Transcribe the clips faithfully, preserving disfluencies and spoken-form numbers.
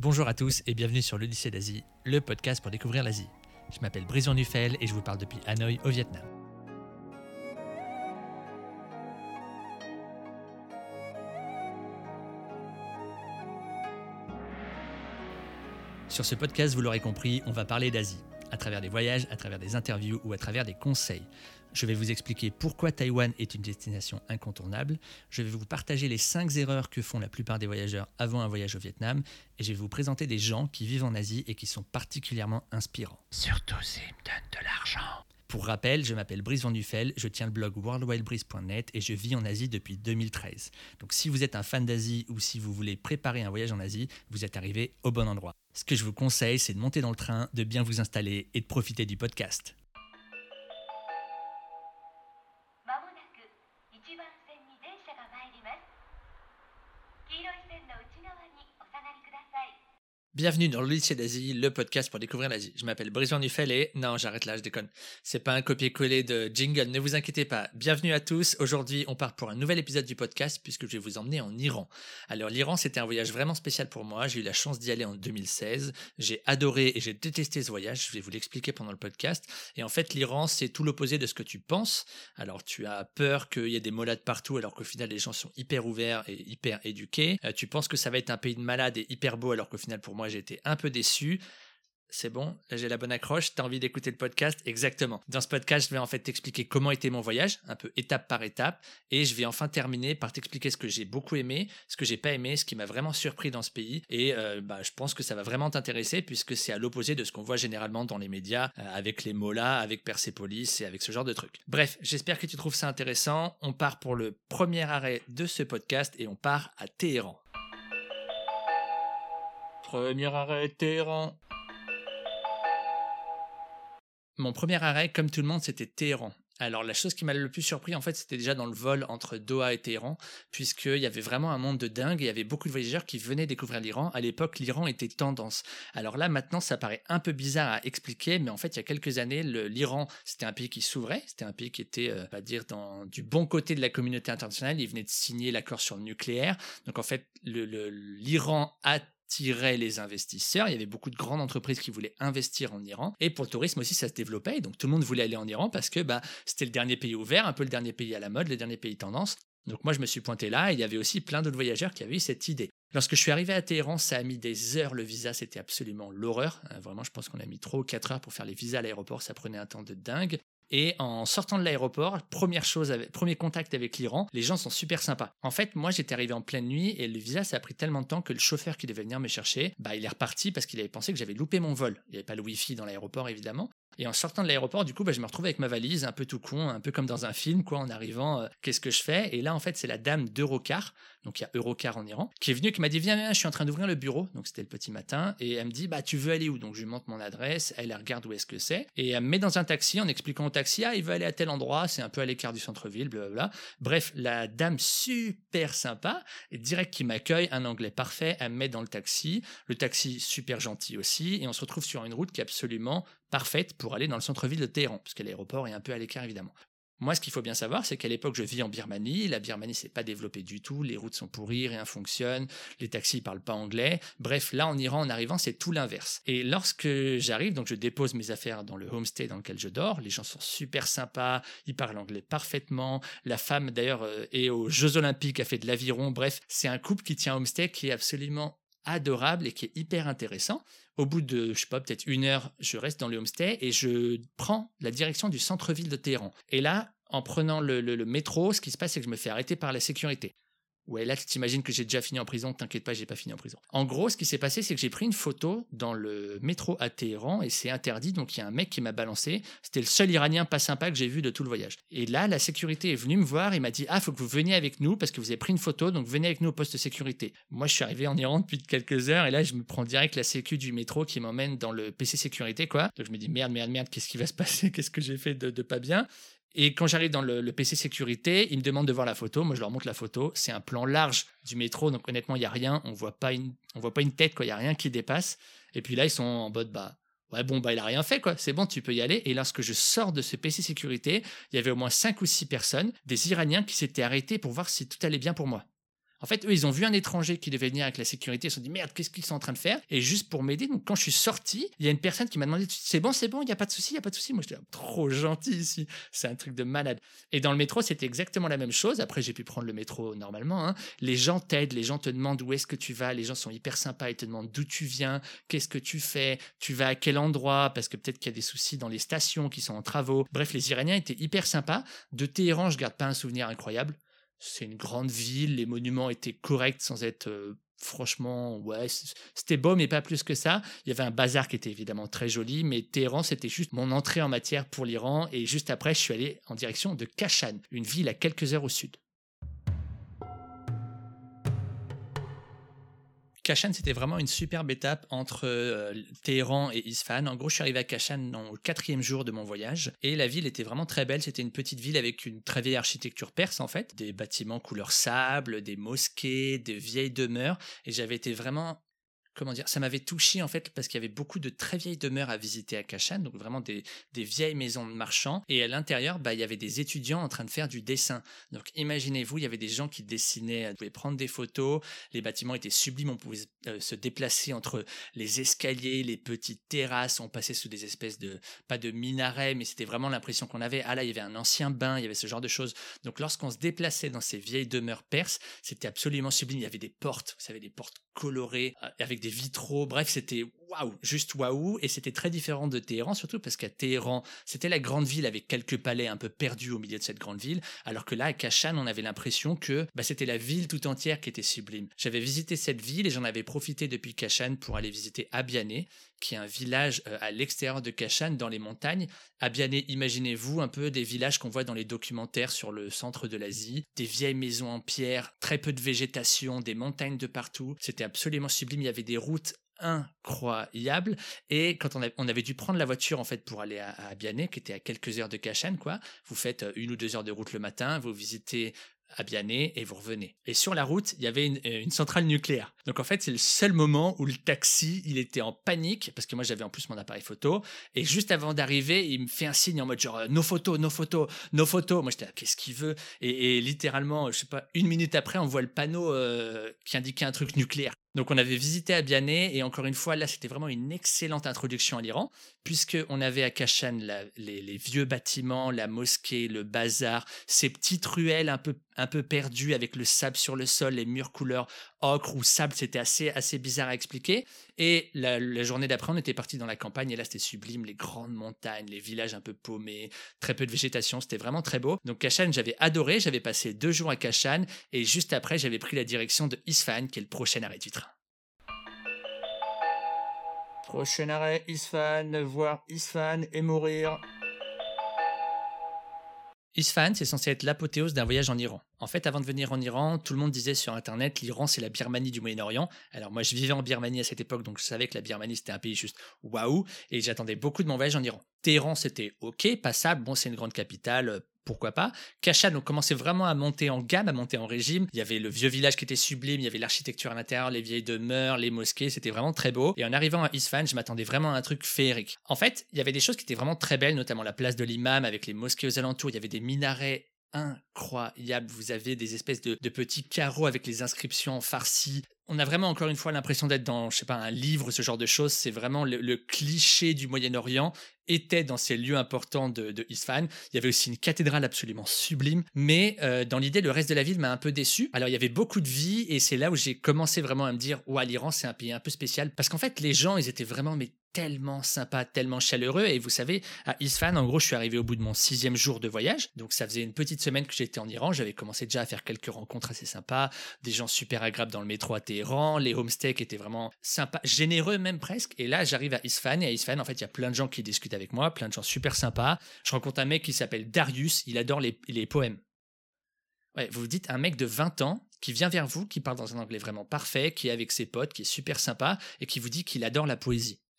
Bonjour à tous et bienvenue sur l'Odyssée d'Asie, le podcast pour découvrir l'Asie. Je m'appelle Brice Van Nuffel et je vous parle depuis Hanoï au Vietnam. Sur ce podcast, vous l'aurez compris, on va parler d'Asie, à travers des voyages, à travers des interviews ou à travers des conseils. Je vais vous expliquer pourquoi Taïwan est une destination incontournable, je vais vous partager les cinq erreurs que font la plupart des voyageurs avant un voyage au Vietnam, et je vais vous présenter des gens qui vivent en Asie et qui sont particulièrement inspirants. Surtout s'ils me donnent de l'argent. Pour rappel, je m'appelle Brice Van Nuffel, je tiens le blog world wild brice point net et je vis en Asie depuis deux mille treize. Donc si vous êtes un fan d'Asie ou si vous voulez préparer un voyage en Asie, vous êtes arrivé au bon endroit. Ce que je vous conseille, c'est de monter dans le train, de bien vous installer et de profiter du podcast. Bienvenue dans l'Odyssée d'Asie, le podcast pour découvrir l'Asie. Je m'appelle Brice Van Nuffel et... Non, j'arrête là, je déconne. C'est pas un copier-coller de jingle, ne vous inquiétez pas. Bienvenue à tous. Aujourd'hui, on part pour un nouvel épisode du podcast puisque je vais vous emmener en Iran. Alors, l'Iran, c'était un voyage vraiment spécial pour moi. J'ai eu la chance d'y aller en deux mille seize. J'ai adoré et j'ai détesté ce voyage. Je vais vous l'expliquer pendant le podcast. Et en fait, l'Iran, c'est tout l'opposé de ce que tu penses. Alors, tu as peur qu'il y ait des mollahs partout alors qu'au final, les gens sont hyper ouverts et hyper éduqués. Euh, tu penses que ça va être un pays de malades et hyper beau alors qu'au final, pour moi, j'ai été un peu déçu. C'est bon, là j'ai la bonne accroche, t'as envie d'écouter le podcast? Exactement. Dans ce podcast, je vais en fait t'expliquer comment était mon voyage, un peu étape par étape, et je vais enfin terminer par t'expliquer ce que j'ai beaucoup aimé, ce que j'ai pas aimé, ce qui m'a vraiment surpris dans ce pays, et euh, bah, je pense que ça va vraiment t'intéresser puisque c'est à l'opposé de ce qu'on voit généralement dans les médias, euh, avec les mollahs, avec Persepolis et avec ce genre de trucs. Bref, j'espère que tu trouves ça intéressant. On part pour le premier arrêt de ce podcast et on part à Téhéran. Premier arrêt, Téhéran. Mon premier arrêt, comme tout le monde, c'était Téhéran. Alors la chose qui m'a le plus surpris, en fait, c'était déjà dans le vol entre Doha et Téhéran, puisqu'il y avait vraiment un monde de dingue, et il y avait beaucoup de voyageurs qui venaient découvrir l'Iran. À l'époque, l'Iran était tendance. Alors là, maintenant, ça paraît un peu bizarre à expliquer, mais en fait, il y a quelques années, le, l'Iran, c'était un pays qui s'ouvrait, c'était un pays qui était, euh, on va dire, dans, du bon côté de la communauté internationale. Il venait de signer l'accord sur le nucléaire. Donc en fait, le, le, l'Iran a tirait les investisseurs, il y avait beaucoup de grandes entreprises qui voulaient investir en Iran, et pour le tourisme aussi ça se développait, donc tout le monde voulait aller en Iran parce que bah, c'était le dernier pays ouvert, un peu le dernier pays à la mode, le dernier pays tendance. Donc moi je me suis pointé là, et il y avait aussi plein d'autres voyageurs qui avaient eu cette idée. Lorsque je suis arrivé à Téhéran, ça a mis des heures le visa, c'était absolument l'horreur, vraiment je pense qu'on a mis trois ou quatre heures pour faire les visas à l'aéroport, ça prenait un temps de dingue. Et en sortant de l'aéroport, première chose, avec, premier contact avec l'Iran, les gens sont super sympas. En fait, moi, j'étais arrivé en pleine nuit et le visa, ça a pris tellement de temps que le chauffeur qui devait venir me chercher, bah, il est reparti parce qu'il avait pensé que j'avais loupé mon vol. Il n'y avait pas le wifi dans l'aéroport, évidemment. Et en sortant de l'aéroport, du coup, bah, je me retrouve avec ma valise, un peu tout con, un peu comme dans un film, quoi, en arrivant, euh, qu'est-ce que je fais? Et là, en fait, c'est la dame d'Eurocar, donc il y a Eurocar en Iran, qui est venue, qui m'a dit, viens, viens, je suis en train d'ouvrir le bureau, donc c'était le petit matin, et elle me dit, bah, tu veux aller où? Donc je lui montre mon adresse, elle, elle regarde où est-ce que c'est, et elle me met dans un taxi en expliquant au taxi, ah, il veut aller à tel endroit, c'est un peu à l'écart du centre-ville, blablabla. Bref, la dame super sympa, et direct qui m'accueille, un anglais parfait, elle me met dans le taxi, le taxi super gentil aussi, et on se retrouve sur une route qui est absolument parfaite pour aller dans le centre-ville de Téhéran, parce que l'aéroport est un peu à l'écart évidemment. Moi, ce qu'il faut bien savoir, c'est qu'à l'époque, je vis en Birmanie. La Birmanie, c'est pas développé du tout. Les routes sont pourries, rien fonctionne. Les taxis parlent pas anglais. Bref, là, en Iran, en arrivant, c'est tout l'inverse. Et lorsque j'arrive, donc je dépose mes affaires dans le homestay dans lequel je dors. Les gens sont super sympas. Ils parlent anglais parfaitement. La femme, d'ailleurs, est aux Jeux Olympiques, a fait de l'aviron. Bref, c'est un couple qui tient un homestay qui est absolument adorable et qui est hyper intéressant. Au bout de, je sais pas, peut-être une heure, je reste dans le homestay et je prends la direction du centre-ville de Téhéran. Et là, en prenant le, le, le métro, ce qui se passe, c'est que je me fais arrêter par la sécurité. Ouais, là, tu t'imagines que j'ai déjà fini en prison, t'inquiète pas, j'ai pas fini en prison. En gros, ce qui s'est passé, c'est que j'ai pris une photo dans le métro à Téhéran et c'est interdit, donc il y a un mec qui m'a balancé. C'était le seul Iranien pas sympa que j'ai vu de tout le voyage. Et là, la sécurité est venue me voir et m'a dit « Ah, faut que vous veniez avec nous parce que vous avez pris une photo, donc venez avec nous au poste de sécurité. » Moi, je suis arrivé en Iran depuis quelques heures et là, je me prends direct la sécu du métro qui m'emmène dans le P C sécurité, quoi. Donc je me dis « Merde, merde, merde, qu'est-ce qui va se passer? Qu'est-ce que j'ai fait de, de pas bien ?» Et quand j'arrive dans le, le P C sécurité, ils me demandent de voir la photo. Moi, je leur montre la photo. C'est un plan large du métro, donc honnêtement, il n'y a rien. On voit pas une, on voit pas une tête, quoi. Il n'y a rien qui dépasse. Et puis là, ils sont en mode, bah, ouais, bon, bah, il a rien fait, quoi. C'est bon, tu peux y aller. Et lorsque je sors de ce P C sécurité, il y avait au moins cinq ou six personnes, des Iraniens qui s'étaient arrêtés pour voir si tout allait bien pour moi. En fait, eux, ils ont vu un étranger qui devait venir avec la sécurité. Ils se sont dit, merde, qu'est-ce qu'ils sont en train de faire? Et juste pour m'aider, donc quand je suis sorti, il y a une personne qui m'a demandé, c'est bon, c'est bon, il n'y a pas de souci, il n'y a pas de souci. Moi, j'étais trop gentil ici. C'est un truc de malade. Et dans le métro, c'était exactement la même chose. Après, j'ai pu prendre le métro normalement, hein. Les gens t'aident, les gens te demandent où est-ce que tu vas. Les gens sont hyper sympas. Ils te demandent d'où tu viens, qu'est-ce que tu fais, tu vas à quel endroit, parce que peut-être qu'il y a des soucis dans les stations qui sont en travaux. Bref, les Iraniens étaient hyper sympas. De Téhéran, je garde pas un souvenir incroyable. C'est une grande ville, les monuments étaient corrects sans être euh, franchement, ouais, c'était beau, mais pas plus que ça. Il y avait un bazar qui était évidemment très joli, mais Téhéran, c'était juste mon entrée en matière pour l'Iran. Et juste après, je suis allé en direction de Kashan, une ville à quelques heures au sud. Kashan, c'était vraiment une superbe étape entre euh, Téhéran et Isfahan. En gros, je suis arrivé à Kashan au quatrième jour de mon voyage et la ville était vraiment très belle. C'était une petite ville avec une très vieille architecture perse en fait, des bâtiments couleur sable, des mosquées, des vieilles demeures et j'avais été vraiment... Comment dire, ça m'avait touché en fait parce qu'il y avait beaucoup de très vieilles demeures à visiter à Kashan, donc vraiment des, des vieilles maisons de marchands. Et à l'intérieur, bah, il y avait des étudiants en train de faire du dessin. Donc imaginez-vous, il y avait des gens qui dessinaient, on pouvait prendre des photos, les bâtiments étaient sublimes, on pouvait euh, se déplacer entre les escaliers, les petites terrasses, on passait sous des espèces de, pas de minarets, mais c'était vraiment l'impression qu'on avait, ah là, il y avait un ancien bain, il y avait ce genre de choses. Donc lorsqu'on se déplaçait dans ces vieilles demeures perses, c'était absolument sublime. Il y avait des portes, vous savez, des portes colorées, avec des vitraux, bref, c'était waouh, juste waouh, et c'était très différent de Téhéran, surtout parce qu'à Téhéran, c'était la grande ville avec quelques palais un peu perdus au milieu de cette grande ville, alors que là, à Kashan, on avait l'impression que bah, c'était la ville tout entière qui était sublime. J'avais visité cette ville et j'en avais profité depuis Kashan pour aller visiter Abiané, qui est un village euh, à l'extérieur de Kashan, dans les montagnes. Abiané, imaginez-vous un peu des villages qu'on voit dans les documentaires sur le centre de l'Asie, des vieilles maisons en pierre, très peu de végétation, des montagnes de partout. C'était absolument sublime, il y avait des routes incroyables et quand on, a, on avait dû prendre la voiture en fait pour aller à, à Abiané, qui était à quelques heures de Kashan, quoi. Vous faites une ou deux heures de route le matin, vous visitez Abiané et vous revenez. Et sur la route, il y avait une, une centrale nucléaire. Donc en fait, c'est le seul moment où le taxi, il était en panique, parce que moi j'avais en plus mon appareil photo, et juste avant d'arriver, il me fait un signe en mode genre « nos photos, nos photos, nos photos ». Moi j'étais là, qu'est-ce qu'il veut et, et littéralement, je sais pas, une minute après, on voit le panneau euh, qui indiquait un truc nucléaire. Donc on avait visité Abiané et encore une fois, là c'était vraiment une excellente introduction à l'Iran, puisqu'on avait à Kashan la, les, les vieux bâtiments, la mosquée, le bazar, ces petites ruelles un peu, un peu perdues avec le sable sur le sol, les murs couleur ocre ou sable, c'était assez, assez bizarre à expliquer. Et la, la journée d'après, on était parti dans la campagne et là c'était sublime, les grandes montagnes, les villages un peu paumés, très peu de végétation, c'était vraiment très beau. Donc Kashan, j'avais adoré, j'avais passé deux jours à Kashan et juste après, j'avais pris la direction de Isfahan, qui est le prochain arrêt du train. Prochain arrêt, Isfahan, voir Isfahan et mourir. Isfahan, c'est censé être l'apothéose d'un voyage en Iran. En fait, avant de venir en Iran, tout le monde disait sur Internet, l'Iran, c'est la Birmanie du Moyen-Orient. Alors moi, je vivais en Birmanie à cette époque, donc je savais que la Birmanie, c'était un pays juste waouh, et j'attendais beaucoup de mon voyage en Iran. Téhéran, c'était ok, passable, bon, c'est une grande capitale, pourquoi pas. Kashan, on commençait vraiment à monter en gamme, à monter en régime. Il y avait le vieux village qui était sublime, il y avait l'architecture à l'intérieur, les vieilles demeures, les mosquées, c'était vraiment très beau. Et en arrivant à Isfahan, je m'attendais vraiment à un truc féerique. En fait, il y avait des choses qui étaient vraiment très belles, notamment la place de l'imam avec les mosquées aux alentours, il y avait des minarets incroyables, vous avez des espèces de, de petits carreaux avec les inscriptions en farsi. On a vraiment encore une fois l'impression d'être dans, je sais pas, un livre, ce genre de choses. C'est vraiment le, le cliché du Moyen-Orient était dans ces lieux importants de, de Isfahan. Il y avait aussi une cathédrale absolument sublime, mais euh, dans l'idée, le reste de la ville m'a un peu déçu. Alors, il y avait beaucoup de vie et c'est là où j'ai commencé vraiment à me dire « Ouais, l'Iran, c'est un pays un peu spécial. » Parce qu'en fait, les gens, ils étaient vraiment mais tellement sympas, tellement chaleureux. Et vous savez, à Isfahan, en gros, je suis arrivé au bout de mon sixième jour de voyage. Donc, ça faisait une petite semaine que j'étais en Iran. J'avais commencé déjà à faire quelques rencontres assez sympas, des gens super agréables dans le métro à Téhéran, les homestays étaient vraiment sympas, généreux même presque. Et là, j'arrive à Isfahan et à Isfahan, en fait, il y a plein de gens qui discutent avec moi, plein de gens super sympas. Je rencontre un mec qui s'appelle Darius, il adore les, les poèmes. Ouais, vous vous dites, un mec de vingt ans qui vient vers vous, qui parle dans un anglais vraiment parfait, qui est avec ses potes, qui est super sympa et qui vous dit qu'il adore la poésie.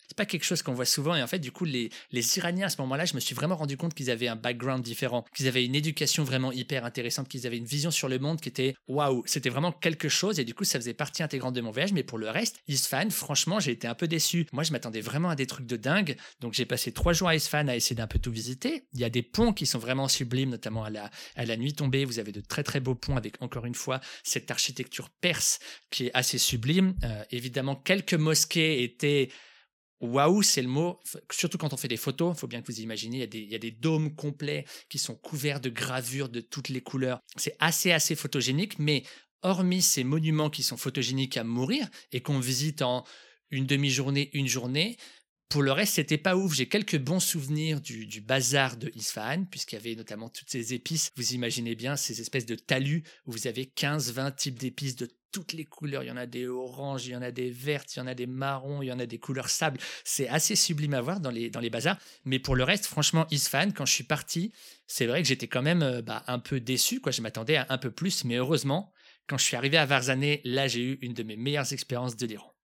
C'est pas quelque chose qu'on voit souvent. Et en fait, du coup, les, les Iraniens, à ce moment-là, je me suis vraiment rendu compte qu'ils avaient un background différent, qu'ils avaient une éducation vraiment hyper intéressante, qu'ils avaient une vision sur le monde qui était waouh, c'était vraiment quelque chose. Et du coup, ça faisait partie intégrante de mon voyage. Mais pour le reste, Isfahan, franchement, j'ai été un peu déçu. Moi, je m'attendais vraiment à des trucs de dingue. Donc, j'ai passé trois jours à Isfahan à essayer d'un peu tout visiter. Il y a des ponts qui sont vraiment sublimes, notamment à la, à la nuit tombée. Vous avez de très, très beaux ponts avec, encore une fois, cette architecture perse qui est assez sublime. Euh, évidemment, quelques mosquées étaient waouh, c'est le mot, surtout quand on fait des photos, il faut bien que vous imaginez, il y, a des, il y a des dômes complets qui sont couverts de gravures de toutes les couleurs. C'est assez, assez photogénique, mais hormis ces monuments qui sont photogéniques à mourir et qu'on visite en une demi-journée, une journée, pour le reste, c'était pas ouf. J'ai quelques bons souvenirs du, du bazar de Isfahan, puisqu'il y avait notamment toutes ces épices. Vous imaginez bien ces espèces de talus où vous avez quinze vingt types d'épices de toutes les couleurs. Il y en a des oranges, il y en a des vertes, il y en a des marrons, il y en a des couleurs sable. C'est assez sublime à voir dans les, dans les bazars. Mais pour le reste, franchement, Isfahan, quand je suis parti, c'est vrai que j'étais quand même euh, bah, un peu déçu, quoi. Je m'attendais à un peu plus, mais heureusement, quand je suis arrivé à Varzaneh, là, j'ai eu une de mes meilleures expériences de l'Iran.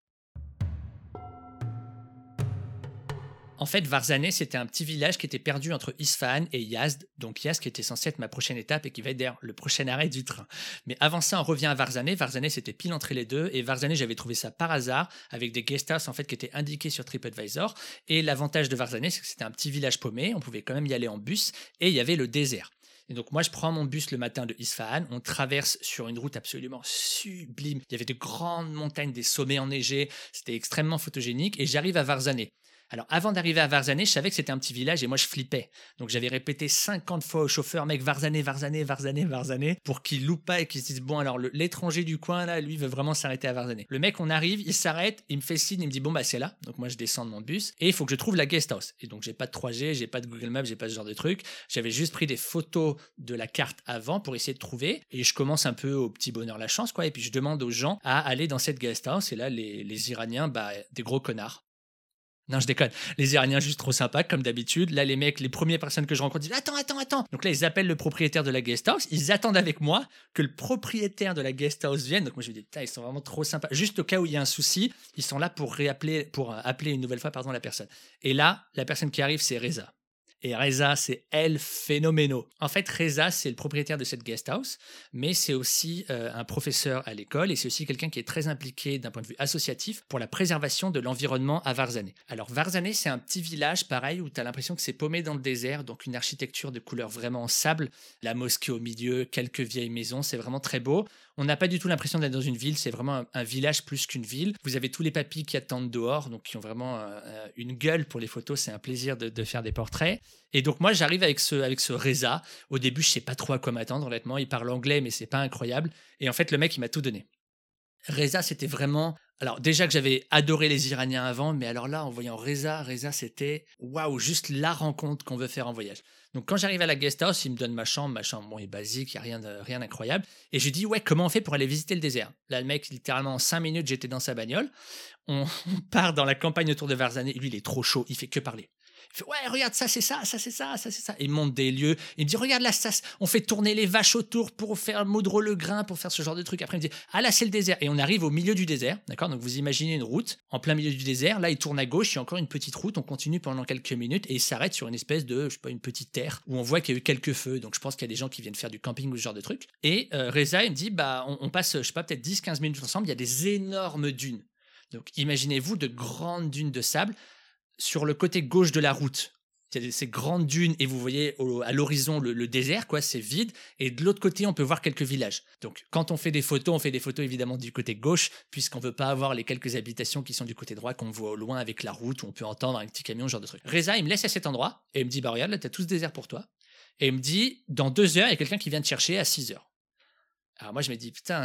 En fait, Varzaneh, c'était un petit village qui était perdu entre Isfahan et Yazd, donc Yazd qui était censé être ma prochaine étape et qui va être d'ailleurs le prochain arrêt du train. Mais avant ça, on revient à Varzaneh. Varzaneh, c'était pile entre les deux, et Varzaneh, j'avais trouvé ça par hasard, avec des guest houses en fait, qui étaient indiqués sur TripAdvisor, et l'avantage de Varzaneh, c'est que c'était un petit village paumé, on pouvait quand même y aller en bus, et il y avait le désert. Et donc moi, je prends mon bus le matin de Isfahan, on traverse sur une route absolument sublime, il y avait de grandes montagnes, des sommets enneigés, c'était extrêmement photogénique, et j'arrive à Varzaneh. Alors, avant d'arriver à Varzaneh, je savais que c'était un petit village et moi, je flippais. Donc, j'avais répété cinquante fois au chauffeur, mec, Varzaneh, Varzaneh, Varzaneh, Varzaneh, pour qu'il loupe pas et qu'il se dise, bon, alors, le, l'étranger du coin, là, lui, veut vraiment s'arrêter à Varzaneh. Le mec, on arrive, il s'arrête, il me fait signe, il me dit, bon, bah, c'est là. Donc, moi, je descends de mon bus et il faut que je trouve la guest house. Et donc, j'ai pas de trois G, j'ai pas de Google Maps, j'ai pas ce genre de truc. J'avais juste pris des photos de la carte avant pour essayer de trouver. Et je commence un peu au petit bonheur la chance, quoi. Et puis, je demande aux gens à aller dans cette guest house. Et là, les, les Iraniens, bah, des gros connards. Non, je déconne. Les Iraniens, juste trop sympas, comme d'habitude. Là, les mecs, les premières personnes que je rencontre disent « Attends, attends, attends !» Donc là, ils appellent le propriétaire de la guest house. Ils attendent avec moi que le propriétaire de la guest house vienne. Donc moi, je me dis « Putain, ils sont vraiment trop sympas. » Juste au cas où il y a un souci, ils sont là pour réappeler, pour appeler une nouvelle fois, pardon, la personne. Et là, la personne qui arrive, c'est Reza. Et Reza, c'est elle phénoménaux. En fait, Reza, c'est le propriétaire de cette guest house, mais c'est aussi euh, un professeur à l'école et c'est aussi quelqu'un qui est très impliqué d'un point de vue associatif pour la préservation de l'environnement à Varzaneh. Alors, Varzaneh, c'est un petit village, pareil, où tu as l'impression que c'est paumé dans le désert, donc une architecture de couleur vraiment sable, la mosquée au milieu, quelques vieilles maisons, c'est vraiment très beau. On n'a pas du tout l'impression d'être dans une ville, c'est vraiment un, un village plus qu'une ville. Vous avez tous les papys qui attendent dehors, donc qui ont vraiment euh, une gueule pour les photos, c'est un plaisir de, de faire des portraits. Et donc moi, j'arrive avec ce, avec ce Reza. Au début, je sais pas trop à quoi m'attendre, honnêtement. Il parle anglais, mais c'est pas incroyable. Et en fait, le mec, il m'a tout donné. Reza, c'était vraiment... Alors déjà que j'avais adoré les Iraniens avant, mais alors là, en voyant Reza, Reza, c'était waouh, juste la rencontre qu'on veut faire en voyage. Donc quand j'arrive à la guest house, il me donne ma chambre, ma chambre bon, est basique, il n'y a rien, de, rien d'incroyable. Et je lui dis, ouais, comment on fait pour aller visiter le désert? Là, le mec, littéralement en cinq minutes, j'étais dans sa bagnole. On, on part dans la campagne autour de Varzaneh. Lui, il est trop chaud, il fait que parler. Il fait, ouais, regarde, ça, c'est ça, ça, c'est ça, ça, c'est ça. Il monte des lieux. Il me dit, regarde là, ça, on fait tourner les vaches autour pour faire moudre le grain, pour faire ce genre de truc. Après, il me dit, ah là, c'est le désert. Et on arrive au milieu du désert, d'accord? Donc, vous imaginez une route en plein milieu du désert. Là, il tourne à gauche. Il y a encore une petite route. On continue pendant quelques minutes et il s'arrête sur une espèce de, je sais pas, une petite terre où on voit qu'il y a eu quelques feux. Donc, je pense qu'il y a des gens qui viennent faire du camping ou ce genre de truc. Et euh, Reza, il me dit, bah, on, on passe, je sais pas, peut-être dix quinze minutes ensemble. Il y a des énormes dunes. Donc, imaginez-vous de grandes dunes de sable sur le côté gauche de la route. Il y a ces grandes dunes et vous voyez au, à l'horizon le, le désert, quoi, c'est vide. Et de l'autre côté, on peut voir quelques villages. Donc, quand on fait des photos, on fait des photos évidemment du côté gauche, puisqu'on ne veut pas avoir les quelques habitations qui sont du côté droit qu'on voit au loin avec la route où on peut entendre un petit camion, ce genre de truc. Reza, il me laisse à cet endroit et il me dit, bah regarde, là, t'as tout ce désert pour toi. Et il me dit, dans deux heures, il y a quelqu'un qui vient te chercher à six heures. Alors moi je me dis putain,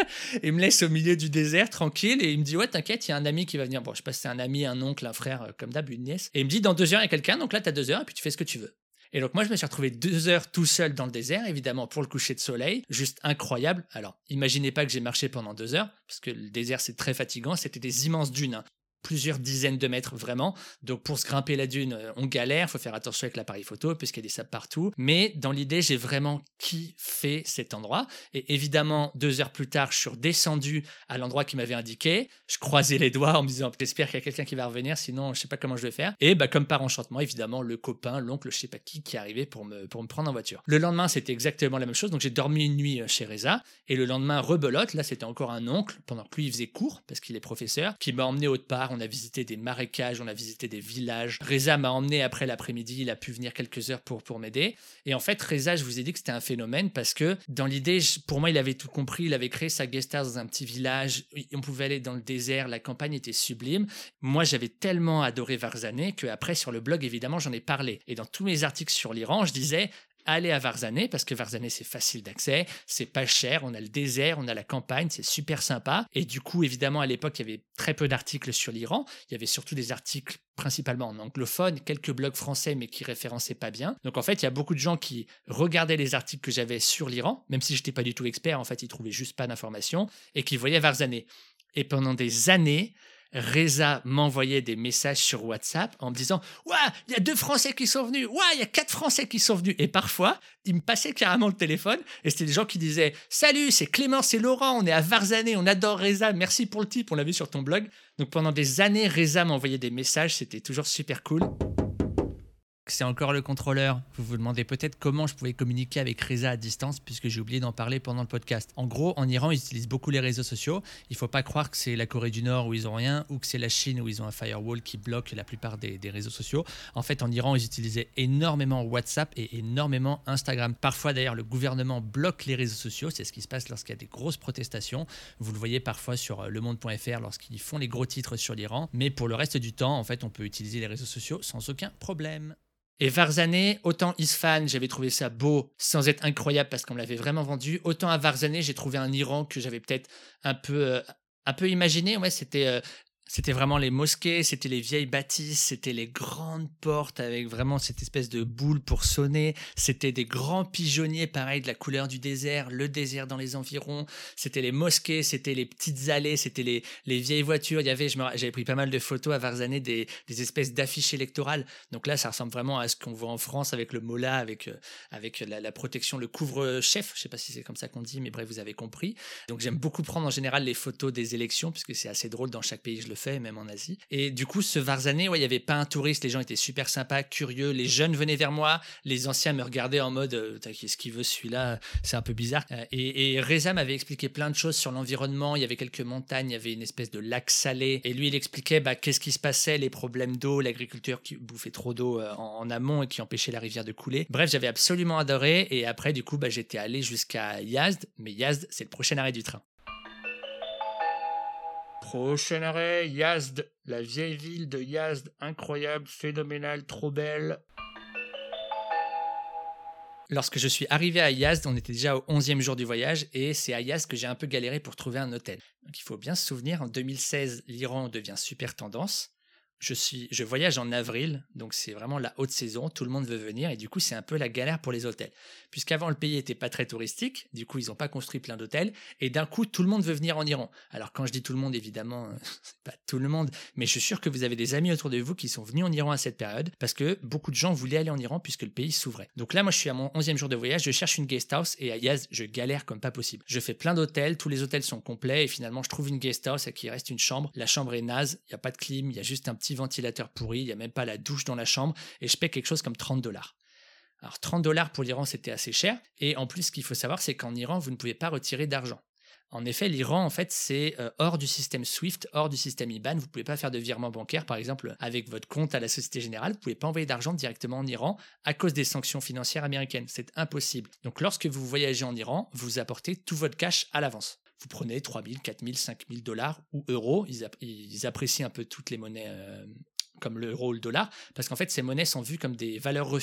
il me laisse au milieu du désert tranquille et il me dit ouais t'inquiète, il y a un ami qui va venir. Bon je sais pas si c'est un ami, un oncle, un frère comme d'hab, une nièce. Et il me dit dans deux heures il y a quelqu'un, donc là t'as deux heures et puis tu fais ce que tu veux. Et donc moi je me suis retrouvé deux heures tout seul dans le désert, évidemment pour le coucher de soleil, juste incroyable. Alors imaginez pas que j'ai marché pendant deux heures, parce que le désert c'est très fatigant, c'était des immenses dunes. Hein. plusieurs dizaines de mètres vraiment. Donc pour se grimper la dune, on galère, il faut faire attention avec l'appareil photo puisqu'il y a des sables partout. Mais dans l'idée, j'ai vraiment kiffé cet endroit. Et évidemment, deux heures plus tard, je suis redescendu à l'endroit qui m'avait indiqué. Je croisais les doigts en me disant j'espère qu'il y a quelqu'un qui va revenir, sinon je sais pas comment je vais faire. Et bah, comme par enchantement, évidemment, le copain, l'oncle, je sais pas qui, qui est arrivé pour me, pour me prendre en voiture. Le lendemain, c'était exactement la même chose. Donc j'ai dormi une nuit chez Reza. Et le lendemain, rebelote, là c'était encore un oncle, pendant que lui il faisait cours, parce qu'il est professeur, qui m'a emmené autre part. On a visité des marécages, on a visité des villages. Reza m'a emmené après l'après-midi, il a pu venir quelques heures pour, pour m'aider. Et en fait, Reza, je vous ai dit que c'était un phénomène parce que dans l'idée, pour moi, il avait tout compris. Il avait créé sa guest house dans un petit village. On pouvait aller dans le désert, la campagne était sublime. Moi, j'avais tellement adoré Varzaneh qu'après, sur le blog, évidemment, j'en ai parlé. Et dans tous mes articles sur l'Iran, je disais allez à Varzaneh parce que Varzaneh c'est facile d'accès, c'est pas cher, on a le désert, on a la campagne, c'est super sympa. Et du coup, évidemment, à l'époque, il y avait très peu d'articles sur l'Iran. Il y avait surtout des articles principalement en anglophone, quelques blogs français mais qui référençaient pas bien. Donc en fait, il y a beaucoup de gens qui regardaient les articles que j'avais sur l'Iran, même si j'étais pas du tout expert, en fait, ils trouvaient juste pas d'informations et qui voyaient Varzaneh. Et pendant des années, Reza m'envoyait des messages sur WhatsApp en me disant « Ouah, il y a deux Français qui sont venus. Ouah, il y a quatre Français qui sont venus. » Et parfois, il me passait carrément le téléphone et c'était des gens qui disaient « Salut, c'est Clément, c'est Laurent, on est à Varzaneh, on adore Reza, merci pour le tip, on l'a vu sur ton blog. » Donc pendant des années, Reza m'envoyait des messages, c'était toujours super cool. C'est encore le contrôleur. Vous vous demandez peut-être comment je pouvais communiquer avec Reza à distance puisque j'ai oublié d'en parler pendant le podcast. En gros, en Iran, ils utilisent beaucoup les réseaux sociaux. Il ne faut pas croire que c'est la Corée du Nord où ils n'ont rien ou que c'est la Chine où ils ont un firewall qui bloque la plupart des, des réseaux sociaux. En fait, en Iran, ils utilisaient énormément WhatsApp et énormément Instagram. Parfois, d'ailleurs, le gouvernement bloque les réseaux sociaux. C'est ce qui se passe lorsqu'il y a des grosses protestations. Vous le voyez parfois sur le monde point f r lorsqu'ils font les gros titres sur l'Iran. Mais pour le reste du temps, en fait, on peut utiliser les réseaux sociaux sans aucun problème. Et Varzaneh, autant Isfahan, j'avais trouvé ça beau sans être incroyable parce qu'on me l'avait vraiment vendu, autant à Varzaneh, j'ai trouvé un Iran que j'avais peut-être un peu, euh, un peu imaginé. Ouais, c'était... Euh, C'était vraiment les mosquées, c'était les vieilles bâtisses, c'était les grandes portes avec vraiment cette espèce de boule pour sonner. C'était des grands pigeonniers, pareil, de la couleur du désert, le désert dans les environs. C'était les mosquées, c'était les petites allées, c'était les, les vieilles voitures. Il y avait, je me, j'avais pris pas mal de photos à Varzaneh, des, des espèces d'affiches électorales. Donc là, ça ressemble vraiment à ce qu'on voit en France avec le Mollah, avec, euh, avec la, la protection, le couvre-chef. Je sais pas si c'est comme ça qu'on dit, mais bref, vous avez compris. Donc j'aime beaucoup prendre en général les photos des élections, puisque c'est assez drôle dans chaque pays, je le fait, même en Asie. Et du coup, ce Varzaneh, ouais, il n'y avait pas un touriste, les gens étaient super sympas, curieux, les jeunes venaient vers moi, les anciens me regardaient en mode euh, qu'est-ce qu'il veut celui-là, c'est un peu bizarre. Euh, et, et Reza m'avait expliqué plein de choses sur l'environnement, il y avait quelques montagnes, il y avait une espèce de lac salé, et lui il expliquait bah, qu'est-ce qui se passait, les problèmes d'eau, l'agriculteur qui bouffait trop d'eau euh, en, en amont et qui empêchait la rivière de couler. Bref, j'avais absolument adoré, et après du coup, bah, j'étais allé jusqu'à Yazd, mais Yazd, c'est le prochain arrêt du train. Prochain arrêt, Yazd, la vieille ville de Yazd, incroyable, phénoménale, trop belle. Lorsque je suis arrivé à Yazd, on était déjà au onzième jour du voyage et c'est à Yazd que j'ai un peu galéré pour trouver un hôtel. Donc il faut bien se souvenir, en deux mille seize, l'Iran devient super tendance. Je, suis, je voyage en avril, donc c'est vraiment la haute saison, tout le monde veut venir et du coup c'est un peu la galère pour les hôtels. Puisqu'avant le pays n'était pas très touristique, du coup ils n'ont pas construit plein d'hôtels et d'un coup tout le monde veut venir en Iran. Alors quand je dis tout le monde, évidemment, c'est pas tout le monde, mais je suis sûr que vous avez des amis autour de vous qui sont venus en Iran à cette période parce que beaucoup de gens voulaient aller en Iran puisque le pays s'ouvrait. Donc là moi je suis à mon onzième jour de voyage, je cherche une guest house et à Yazd je galère comme pas possible. Je fais plein d'hôtels, tous les hôtels sont complets et finalement je trouve une guest house et qu'il reste une chambre. La chambre est naze, il n'y a pas de clim, il y a juste un petit ventilateur pourri, il n'y a même pas la douche dans la chambre et je paie quelque chose comme trente dollars. Alors trente dollars pour l'Iran c'était assez cher et en plus ce qu'il faut savoir c'est qu'en Iran vous ne pouvez pas retirer d'argent. En effet, l'Iran, en fait, c'est euh, hors du système SWIFT, hors du système I B A N. Vous ne pouvez pas faire de virement bancaire, par exemple, avec votre compte à la Société Générale. Vous ne pouvez pas envoyer d'argent directement en Iran à cause des sanctions financières américaines. C'est impossible. Donc, lorsque vous voyagez en Iran, vous apportez tout votre cash à l'avance. Vous prenez trois mille, quatre mille, cinq mille dollars ou euros. Ils, ap- ils apprécient un peu toutes les monnaies euh, comme l'euro ou le dollar, parce qu'en fait, ces monnaies sont vues comme des valeurs refuges.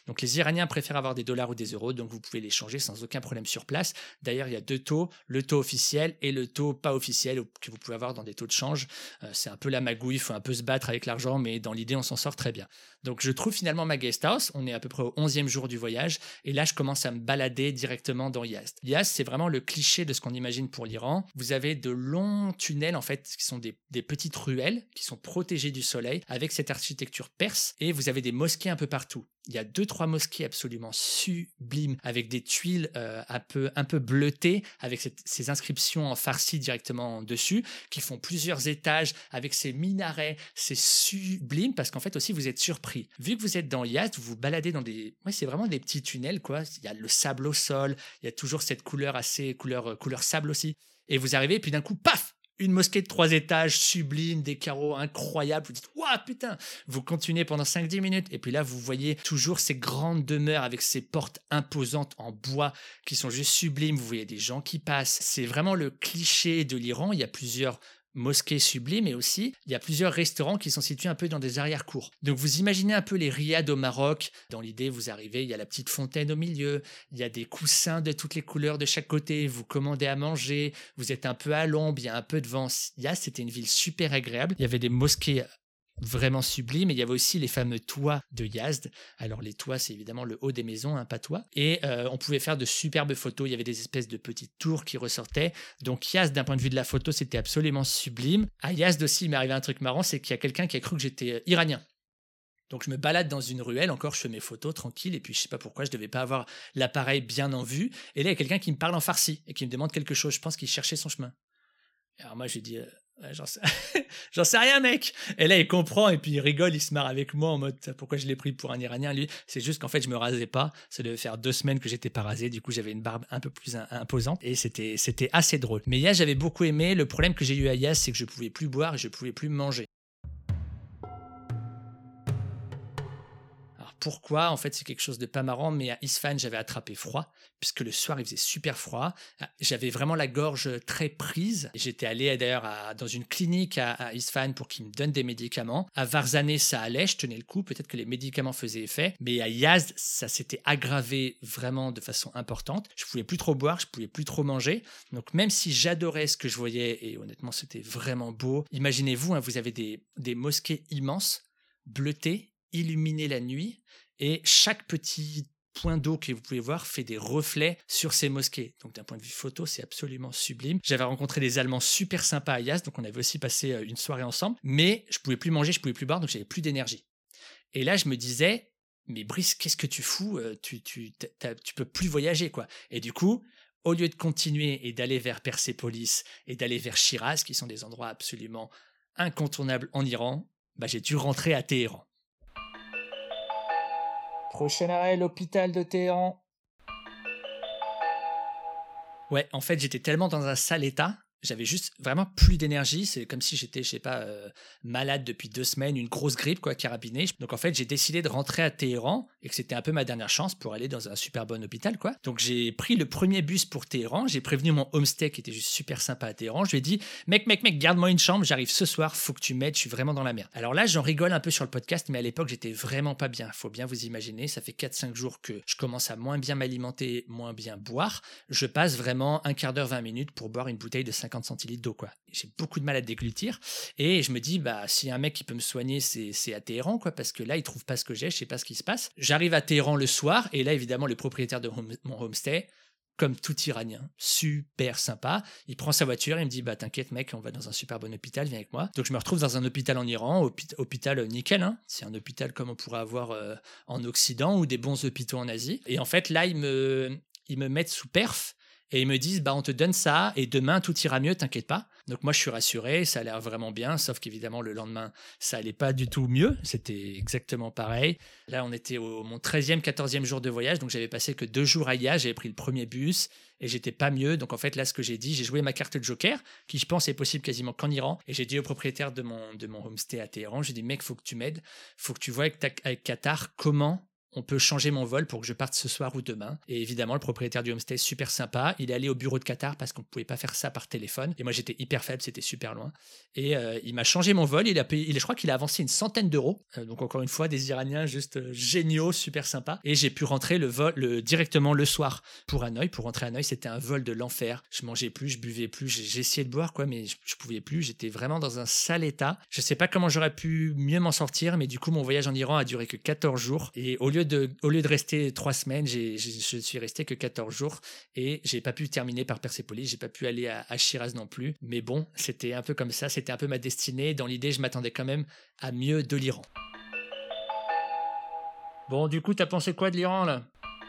Donc les Iraniens préfèrent avoir des dollars ou des euros, donc vous pouvez les changer sans aucun problème sur place. D'ailleurs, il y a deux taux, le taux officiel et le taux pas officiel que vous pouvez avoir dans des taux de change. Euh, c'est un peu la magouille, il faut un peu se battre avec l'argent, mais dans l'idée, on s'en sort très bien. Donc je trouve finalement ma guest house, on est à peu près au onzième jour du voyage, et là je commence à me balader directement dans Yazd. Yazd, c'est vraiment le cliché de ce qu'on imagine pour l'Iran. Vous avez de longs tunnels en fait, qui sont des, des petites ruelles, qui sont protégées du soleil, avec cette architecture perse, et vous avez des mosquées un peu partout. Il y a deux, trois mosquées absolument sublimes, avec des tuiles euh, un, peu, un peu bleutées, avec cette, ces inscriptions en farsi directement dessus, qui font plusieurs étages, avec ces minarets. C'est sublime, parce qu'en fait aussi, vous êtes surpris. Vu que vous êtes dans Yazd, vous vous baladez dans des... Ouais, c'est vraiment des petits tunnels, quoi. Il y a le sable au sol, il y a toujours cette couleur assez... couleur, couleur sable aussi. Et vous arrivez, et puis d'un coup, paf! Une mosquée de trois étages, sublime, des carreaux incroyables. Vous dites, waouh, putain! Vous continuez pendant cinq dix minutes. Et puis là, vous voyez toujours ces grandes demeures avec ces portes imposantes en bois qui sont juste sublimes. Vous voyez des gens qui passent. C'est vraiment le cliché de l'Iran. Il y a plusieurs mosquées sublimes, et aussi il y a plusieurs restaurants qui sont situés un peu dans des arrière-cours. Donc vous imaginez un peu les riads au Maroc. Dans l'idée, vous arrivez, il y a la petite fontaine au milieu, il y a des coussins de toutes les couleurs de chaque côté, vous commandez à manger, vous êtes un peu à l'ombre, il y a un peu de vent. Yazd, c'était une ville super agréable. Il y avait des mosquées vraiment sublime, et il y avait aussi les fameux toits de Yazd. Alors les toits, c'est évidemment le haut des maisons, un pas toit, et euh, on pouvait faire de superbes photos. Il y avait des espèces de petites tours qui ressortaient. Donc Yazd, d'un point de vue de la photo, c'était absolument sublime. À Yazd aussi, il m'est arrivé un truc marrant, c'est qu'il y a quelqu'un qui a cru que j'étais iranien. Donc je me balade dans une ruelle, encore je fais mes photos tranquille, et puis je sais pas pourquoi je devais pas avoir l'appareil bien en vue, et là il y a quelqu'un qui me parle en farsi et qui me demande quelque chose. Je pense qu'il cherchait son chemin. Alors moi j'ai dit euh, ouais, j'en, sais... j'en sais rien mec. Et là il comprend, et puis il rigole, il se marre avec moi en mode pourquoi je l'ai pris pour un Iranien. Lui, c'est juste qu'en fait je me rasais pas, ça devait faire deux semaines que j'étais pas rasé, du coup j'avais une barbe un peu plus imposante, et c'était, c'était assez drôle. Mais Yazd, j'avais beaucoup aimé. Le problème que j'ai eu à Yazd, c'est que je pouvais plus boire et je pouvais plus manger. Pourquoi? En fait, c'est quelque chose de pas marrant, mais à Isfahan, j'avais attrapé froid, puisque le soir, il faisait super froid. J'avais vraiment la gorge très prise. J'étais allé d'ailleurs à, dans une clinique à, à Isfahan pour qu'ils me donnent des médicaments. À Varzané, ça allait, je tenais le coup, peut-être que les médicaments faisaient effet, mais à Yazd, ça s'était aggravé vraiment de façon importante. Je pouvais plus trop boire, je pouvais plus trop manger. Donc même si j'adorais ce que je voyais, et honnêtement, c'était vraiment beau, imaginez-vous, hein, vous avez des, des mosquées immenses, bleutées, illuminées la nuit, et chaque petit point d'eau que vous pouvez voir fait des reflets sur ces mosquées. Donc d'un point de vue photo, c'est absolument sublime. J'avais rencontré des Allemands super sympas à Yazd, donc on avait aussi passé une soirée ensemble, mais je pouvais plus manger, je pouvais plus boire, donc j'avais plus d'énergie. Et là, je me disais, mais Brice, qu'est-ce que tu fous? tu, tu, tu peux plus voyager, quoi. Et du coup, au lieu de continuer et d'aller vers Persépolis et d'aller vers Shiraz, qui sont des endroits absolument incontournables en Iran, bah, j'ai dû rentrer à Téhéran. Prochain arrêt, l'hôpital de Téhéran. Ouais, en fait, j'étais tellement dans un sale état, j'avais juste vraiment plus d'énergie. C'est comme si j'étais, je sais pas, euh, malade depuis deux semaines, une grosse grippe, quoi, carabinée. Donc en fait, j'ai décidé de rentrer à Téhéran, et que c'était un peu ma dernière chance pour aller dans un super bon hôpital, quoi. Donc j'ai pris le premier bus pour Téhéran, j'ai prévenu mon homestay qui était juste super sympa à Téhéran. Je lui ai dit, mec, mec, mec, garde-moi une chambre, j'arrive ce soir, faut que tu m'aides, je suis vraiment dans la merde. Alors là, j'en rigole un peu sur le podcast, mais à l'époque, j'étais vraiment pas bien. Faut bien vous imaginer, ça fait quatre cinq jours que je commence à moins bien m'alimenter, moins bien boire. Je passe vraiment un quart d'heure, vingt minutes pour boire une bouteille de cinquante centilitres d'eau, quoi. J'ai beaucoup de mal à déglutir, et je me dis, bah, si un mec qui peut me soigner, c'est, c'est à Téhéran, quoi, parce que là, il trouve pas ce que j'ai, je sais pas ce qui se passe. J'arrive à Téhéran le soir, et là, évidemment, le propriétaire de home, mon homestay, comme tout Iranien, super sympa, il prend sa voiture, il me dit, bah, t'inquiète, mec, on va dans un super bon hôpital, viens avec moi. Donc, je me retrouve dans un hôpital en Iran, hôpi- hôpital nickel, hein. C'est un hôpital comme on pourrait avoir euh, en Occident, ou des bons hôpitaux en Asie. Et en fait, là, ils me, ils me mettent sous perf, et ils me disent, bah, on te donne ça, et demain, tout ira mieux, t'inquiète pas. Donc moi, je suis rassuré, ça a l'air vraiment bien, sauf qu'évidemment, le lendemain, ça allait pas du tout mieux, c'était exactement pareil. Là, on était au mon treizième, quatorzième jour de voyage, donc j'avais passé que deux jours à Yazd, j'avais pris le premier bus, et j'étais pas mieux. Donc en fait, là, ce que j'ai dit, j'ai joué ma carte de joker, qui je pense est possible quasiment qu'en Iran, et j'ai dit au propriétaire de mon, de mon homestay à Téhéran, j'ai dit, mec, faut que tu m'aides, faut que tu vois avec, ta, avec Qatar comment on peut changer mon vol pour que je parte ce soir ou demain. Et évidemment, le propriétaire du homestay, super sympa. Il est allé au bureau de Qatar parce qu'on ne pouvait pas faire ça par téléphone. Et moi, j'étais hyper faible, c'était super loin. Et euh, il m'a changé mon vol. Il a payé, il, je crois qu'il a avancé une centaine d'euros. Euh, donc, encore une fois, des Iraniens juste euh, géniaux, super sympas. Et j'ai pu rentrer le vol le, directement le soir pour Hanoï. Pour rentrer à Hanoï, c'était un vol de l'enfer. Je mangeais plus, je buvais plus. J'ai, j'ai essayé de boire, quoi, mais je, je pouvais plus. J'étais vraiment dans un sale état. Je sais pas comment j'aurais pu mieux m'en sortir, mais du coup, mon voyage en Iran a duré que quatorze jours. Et au lieu de, au lieu de rester trois semaines, j'ai, j'ai, je suis resté que quatorze jours et j'ai pas pu terminer par Persépolis, j'ai pas pu aller à, à Shiraz non plus. Mais bon, c'était un peu comme ça, c'était un peu ma destinée. Dans l'idée, je m'attendais quand même à mieux de l'Iran. Bon, du coup, t'as pensé quoi de l'Iran là ?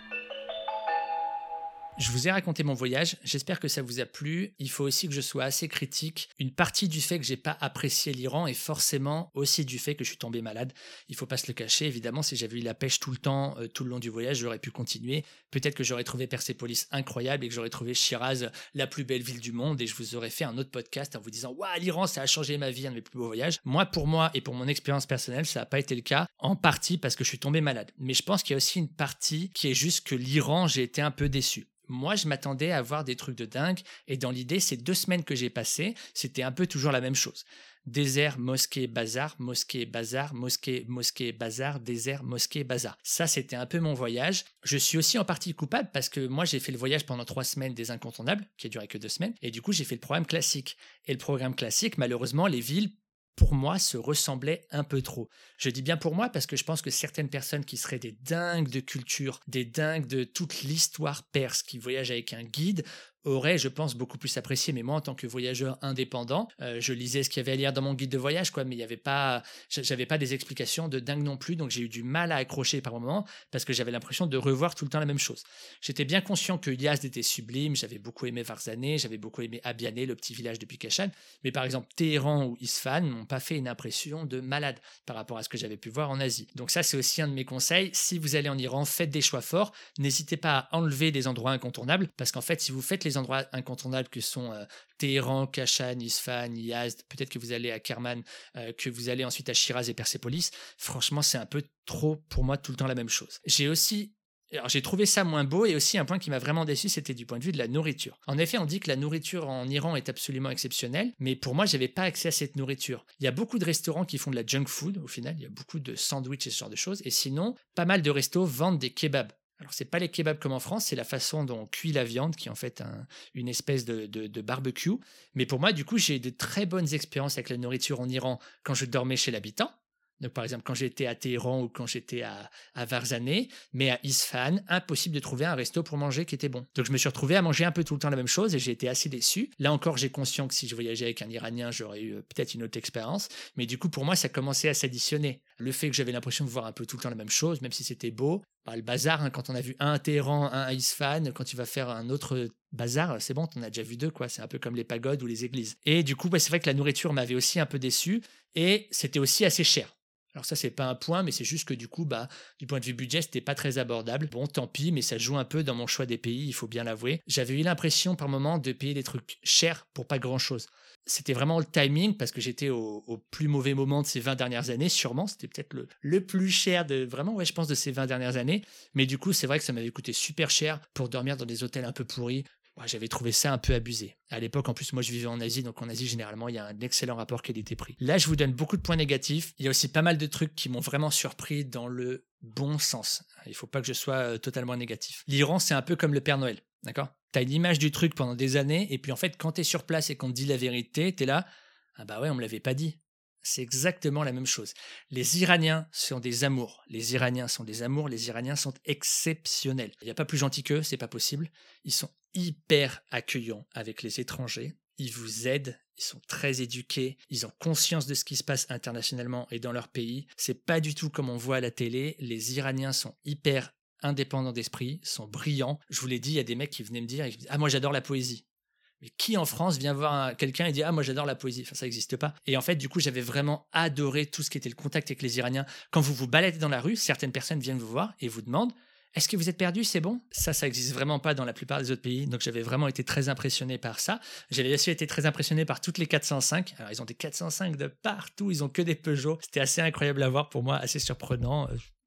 Je vous ai raconté mon voyage, j'espère que ça vous a plu. Il faut aussi que je sois assez critique. Une partie du fait que j'ai pas apprécié l'Iran est forcément aussi du fait que je suis tombé malade. Il faut pas se le cacher, évidemment, si j'avais eu la pêche tout le temps, euh, tout le long du voyage, j'aurais pu continuer. Peut-être que j'aurais trouvé Persépolis incroyable et que j'aurais trouvé Shiraz la plus belle ville du monde et je vous aurais fait un autre podcast en vous disant « Waouh, l'Iran, ça a changé ma vie, un de mes plus beaux voyages ». Moi, pour moi et pour mon expérience personnelle, ça n'a pas été le cas, en partie parce que je suis tombé malade. Mais je pense qu'il y a aussi une partie qui est juste que l'Iran, j'ai été un peu déçu. Moi, je m'attendais à voir des trucs de dingue et dans l'idée, ces deux semaines que j'ai passées, c'était un peu toujours la même chose. Désert, mosquée, bazar, mosquée, bazar, mosquée, mosquée, bazar, désert, mosquée, bazar. Ça, c'était un peu mon voyage. Je suis aussi en partie coupable parce que moi, j'ai fait le voyage pendant trois semaines des incontournables, qui a duré que deux semaines, et du coup, j'ai fait le programme classique. Et le programme classique, malheureusement, les villes, pour moi, se ressemblaient un peu trop. Je dis bien pour moi parce que je pense que certaines personnes qui seraient des dingues de culture, des dingues de toute l'histoire perse, qui voyagent avec un guide, auraient, je pense, beaucoup plus apprécié. Mais moi, en tant que voyageur indépendant, euh, je lisais ce qu'il y avait à lire dans mon guide de voyage, quoi, mais il y avait pas, j'avais pas des explications de dingue non plus, donc j'ai eu du mal à accrocher par moments parce que j'avais l'impression de revoir tout le temps la même chose. J'étais bien conscient que Yazd était sublime, j'avais beaucoup aimé Varzaneh, j'avais beaucoup aimé Abianeh, le petit village de Pikashan, mais par exemple Téhéran ou Isfahan m'ont pas fait une impression de malade par rapport à ce que j'avais pu voir en Asie. Donc ça, c'est aussi un de mes conseils. Si vous allez en Iran, faites des choix forts. N'hésitez pas à enlever des endroits incontournables parce qu'en fait, si vous faites les endroits incontournables que sont euh, Téhéran, Kashan, Isfahan, Yazd, peut-être que vous allez à Kerman, euh, que vous allez ensuite à Shiraz et Persépolis, franchement, c'est un peu trop pour moi tout le temps la même chose. J'ai aussi Alors, j'ai trouvé ça moins beau et aussi un point qui m'a vraiment déçu, c'était du point de vue de la nourriture. En effet, on dit que la nourriture en Iran est absolument exceptionnelle, mais pour moi, j'avais pas accès à cette nourriture. Il y a beaucoup de restaurants qui font de la junk food, au final, il y a beaucoup de sandwichs et ce genre de choses, et sinon, pas mal de restos vendent des kebabs. Alors, c'est pas les kebabs comme en France, c'est la façon dont on cuit la viande, qui est en fait un, une espèce de, de, de barbecue. Mais pour moi, du coup, j'ai eu de très bonnes expériences avec la nourriture en Iran quand je dormais chez l'habitant. Donc, par exemple, quand j'étais à Téhéran ou quand j'étais à, à Varzaneh, mais à Isfahan, impossible de trouver un resto pour manger qui était bon. Donc, je me suis retrouvé à manger un peu tout le temps la même chose et j'ai été assez déçu. Là encore, j'ai conscience que si je voyageais avec un Iranien, j'aurais eu peut-être une autre expérience. Mais du coup, pour moi, ça commençait à s'additionner. Le fait que j'avais l'impression de voir un peu tout le temps la même chose, même si c'était beau. Bah, le bazar, hein, quand on a vu un à Téhéran, un à Isfahan, quand tu vas faire un autre bazar, c'est bon, on a déjà vu deux, quoi. C'est un peu comme les pagodes ou les églises. Et du coup, bah, c'est vrai que la nourriture m'avait aussi un peu déçu et c'était aussi assez cher. Alors ça, c'est pas un point, mais c'est juste que du coup, bah, du point de vue budget, c'était pas très abordable. Bon, tant pis, mais ça joue un peu dans mon choix des pays, il faut bien l'avouer. J'avais eu l'impression par moment de payer des trucs chers pour pas grand-chose. C'était vraiment le timing parce que j'étais au, au plus mauvais moment de ces vingt dernières années, sûrement. C'était peut-être le, le plus cher de, vraiment, ouais, je pense, de ces vingt dernières années. Mais du coup, c'est vrai que ça m'avait coûté super cher pour dormir dans des hôtels un peu pourris. Ouais, j'avais trouvé ça un peu abusé. À l'époque, en plus, moi, je vivais en Asie, donc en Asie, généralement, il y a un excellent rapport qualité-prix. Là, je vous donne beaucoup de points négatifs. Il y a aussi pas mal de trucs qui m'ont vraiment surpris dans le bon sens. Il faut pas que je sois euh, totalement négatif. L'Iran, c'est un peu comme le Père Noël, d'accord ? T'as une image du truc pendant des années, et puis en fait, quand t'es sur place et qu'on te dit la vérité, t'es là, ah bah ouais, on me l'avait pas dit. C'est exactement la même chose. Les Iraniens sont des amours. Les Iraniens sont des amours. Les Iraniens sont exceptionnels. Il n'y a pas plus gentil qu'eux, c'est pas possible. Ils sont hyper accueillants avec les étrangers. Ils vous aident. Ils sont très éduqués. Ils ont conscience de ce qui se passe internationalement et dans leur pays. C'est pas du tout comme on voit à la télé. Les Iraniens sont hyper indépendants d'esprit, sont brillants. Je vous l'ai dit, il y a des mecs qui venaient me dire, ah moi j'adore la poésie. Mais qui en France vient voir un, quelqu'un et dit « Ah, moi j'adore la poésie ?» Enfin, ça n'existe pas. Et en fait, du coup, j'avais vraiment adoré tout ce qui était le contact avec les Iraniens. Quand vous vous baladez dans la rue, certaines personnes viennent vous voir et vous demandent « Est-ce que vous êtes perdu? C'est bon ?» Ça, ça n'existe vraiment pas dans la plupart des autres pays. Donc, j'avais vraiment été très impressionné par ça. J'avais aussi été très impressionné par toutes les quatre cent cinq. Alors, ils ont des quatre cent cinq de partout. Ils ont que des Peugeot. C'était assez incroyable à voir pour moi, assez surprenant.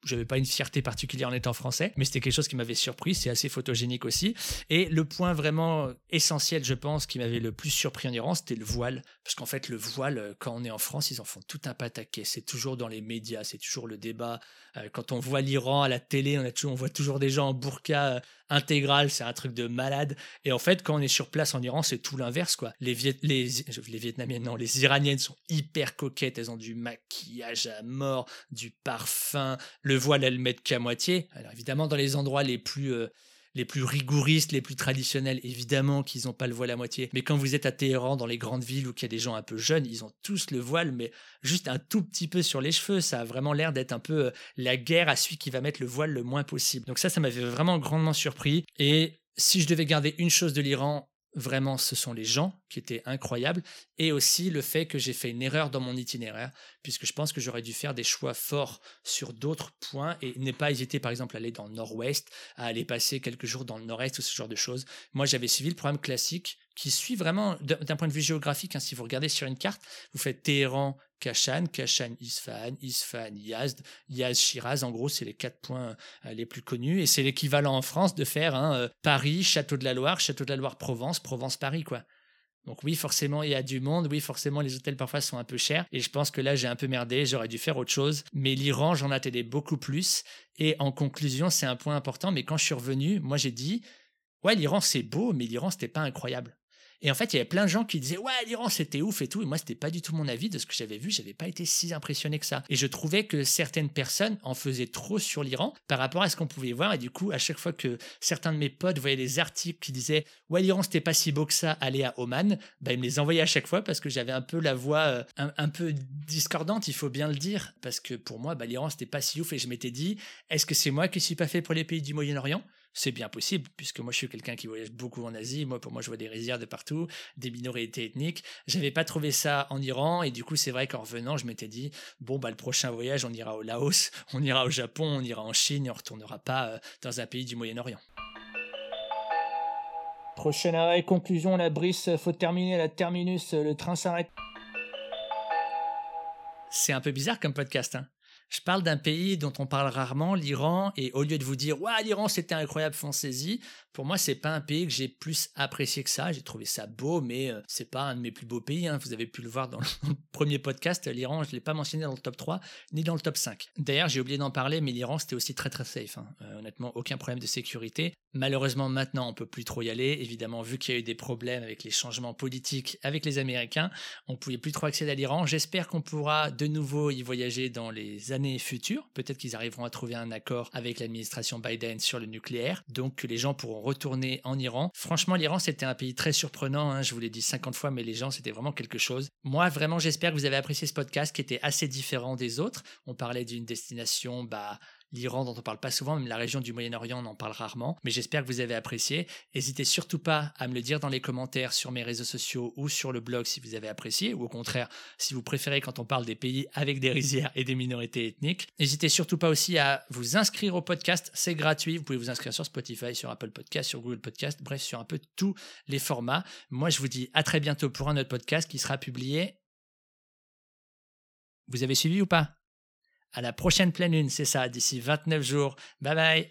je n'avais pas une fierté particulière en étant français, mais c'était quelque chose qui m'avait surpris. C'est assez photogénique aussi. Et le point vraiment essentiel, je pense, qui m'avait le plus surpris en Iran, c'était le voile. Parce qu'en fait, le voile, quand on est en France, ils en font tout un pataquès. C'est toujours dans les médias, c'est toujours le débat. Euh, quand on voit l'Iran à la télé, on, a toujours, on voit toujours des gens en burqa euh, intégral, c'est un truc de malade. Et en fait, quand on est sur place en Iran, c'est tout l'inverse, quoi. Les, Viet- les, les Vietnamiennes, non, les Iraniennes sont hyper coquettes. Elles ont du maquillage à mort, du parfum. Le voile, elles le mettent qu'à moitié. Alors évidemment, dans les endroits les plus... Euh, les plus rigouristes, les plus traditionnels, évidemment qu'ils n'ont pas le voile à moitié. Mais quand vous êtes à Téhéran, dans les grandes villes où il y a des gens un peu jeunes, ils ont tous le voile, mais juste un tout petit peu sur les cheveux. Ça a vraiment l'air d'être un peu euh, la guerre à celui qui va mettre le voile le moins possible. Donc ça, ça m'avait vraiment grandement surpris. Et si je devais garder une chose de l'Iran, vraiment, ce sont les gens qui étaient incroyables et aussi le fait que j'ai fait une erreur dans mon itinéraire puisque je pense que j'aurais dû faire des choix forts sur d'autres points et ne pas hésiter par exemple à aller dans le nord-ouest, à aller passer quelques jours dans le nord-est ou ce genre de choses. Moi, j'avais suivi le programme classique qui suit vraiment d'un point de vue géographique. Hein, si vous regardez sur une carte, vous faites Téhéran, Kashan, Kashan, Isfahan, Isfahan, Yazd, Yazd, Shiraz. En gros, c'est les quatre points euh, les plus connus et c'est l'équivalent en France de faire hein, euh, Paris, Château de la Loire, Château de la Loire, Provence, Provence, Paris, quoi. Donc oui, forcément, il y a du monde. Oui, forcément, les hôtels parfois sont un peu chers. Et je pense que là, j'ai un peu merdé. J'aurais dû faire autre chose. Mais l'Iran, j'en attendais beaucoup plus. Et en conclusion, c'est un point important. Mais quand je suis revenu, moi, j'ai dit, ouais, l'Iran, c'est beau, mais l'Iran, c'était pas incroyable. Et en fait, il y avait plein de gens qui disaient ouais, l'Iran c'était ouf et tout. Et moi, c'était pas du tout mon avis de ce que j'avais vu. J'avais pas été si impressionné que ça. Et je trouvais que certaines personnes en faisaient trop sur l'Iran par rapport à ce qu'on pouvait voir. Et du coup, à chaque fois que certains de mes potes voyaient des articles qui disaient ouais, l'Iran c'était pas si beau que ça, allez à Oman, bah, ils me les envoyaient à chaque fois parce que j'avais un peu la voix euh, un, un peu discordante, il faut bien le dire. Parce que pour moi, bah, l'Iran c'était pas si ouf. Et je m'étais dit, est-ce que c'est moi qui suis pas fait pour les pays du Moyen-Orient ? C'est bien possible, puisque moi je suis quelqu'un qui voyage beaucoup en Asie. Moi, pour moi, je vois des rizières de partout, des minorités ethniques. J'avais pas trouvé ça en Iran, et du coup, c'est vrai qu'en revenant, je m'étais dit bon, bah, le prochain voyage, on ira au Laos, on ira au Japon, on ira en Chine, et on retournera pas euh, dans un pays du Moyen-Orient. Prochain arrêt, conclusion, la Brice, faut terminer, la terminus, le train s'arrête. C'est un peu bizarre comme podcast, hein. Je parle d'un pays dont on parle rarement, l'Iran, et au lieu de vous dire « Ouais, l'Iran, c'était incroyable, foncez-y », pour moi, c'est pas un pays que j'ai plus apprécié que ça. J'ai trouvé ça beau, mais euh, c'est pas un de mes plus beaux pays. Hein. Vous avez pu le voir dans le premier podcast. L'Iran, je l'ai pas mentionné dans le top trois, ni dans le top cinq. D'ailleurs, j'ai oublié d'en parler, mais l'Iran, c'était aussi très très safe. Hein. Euh, honnêtement, aucun problème de sécurité. Malheureusement, maintenant, on peut plus trop y aller. Évidemment, vu qu'il y a eu des problèmes avec les changements politiques avec les Américains, on pouvait plus trop accéder à l'Iran. J'espère qu'on pourra de nouveau y voyager dans les années futures. Peut-être qu'ils arriveront à trouver un accord avec l'administration Biden sur le nucléaire, donc que les gens pourront retourner en Iran. Franchement, l'Iran, c'était un pays très surprenant, hein, je vous l'ai dit cinquante fois, mais les gens, c'était vraiment quelque chose. Moi, vraiment, j'espère que vous avez apprécié ce podcast qui était assez différent des autres. On parlait d'une destination, bah, l'Iran dont on parle pas souvent, même la région du Moyen-Orient, on en parle rarement, mais j'espère que vous avez apprécié. N'hésitez surtout pas à me le dire dans les commentaires sur mes réseaux sociaux ou sur le blog si vous avez apprécié, ou au contraire, si vous préférez quand on parle des pays avec des rizières et des minorités ethniques. N'hésitez surtout pas aussi à vous inscrire au podcast, c'est gratuit, vous pouvez vous inscrire sur Spotify, sur Apple Podcast, sur Google Podcast, bref, sur un peu tous les formats. Moi, je vous dis à très bientôt pour un autre podcast qui sera publié. Vous avez suivi ou pas ? À la prochaine pleine lune, c'est ça, d'ici vingt-neuf jours. Bye bye.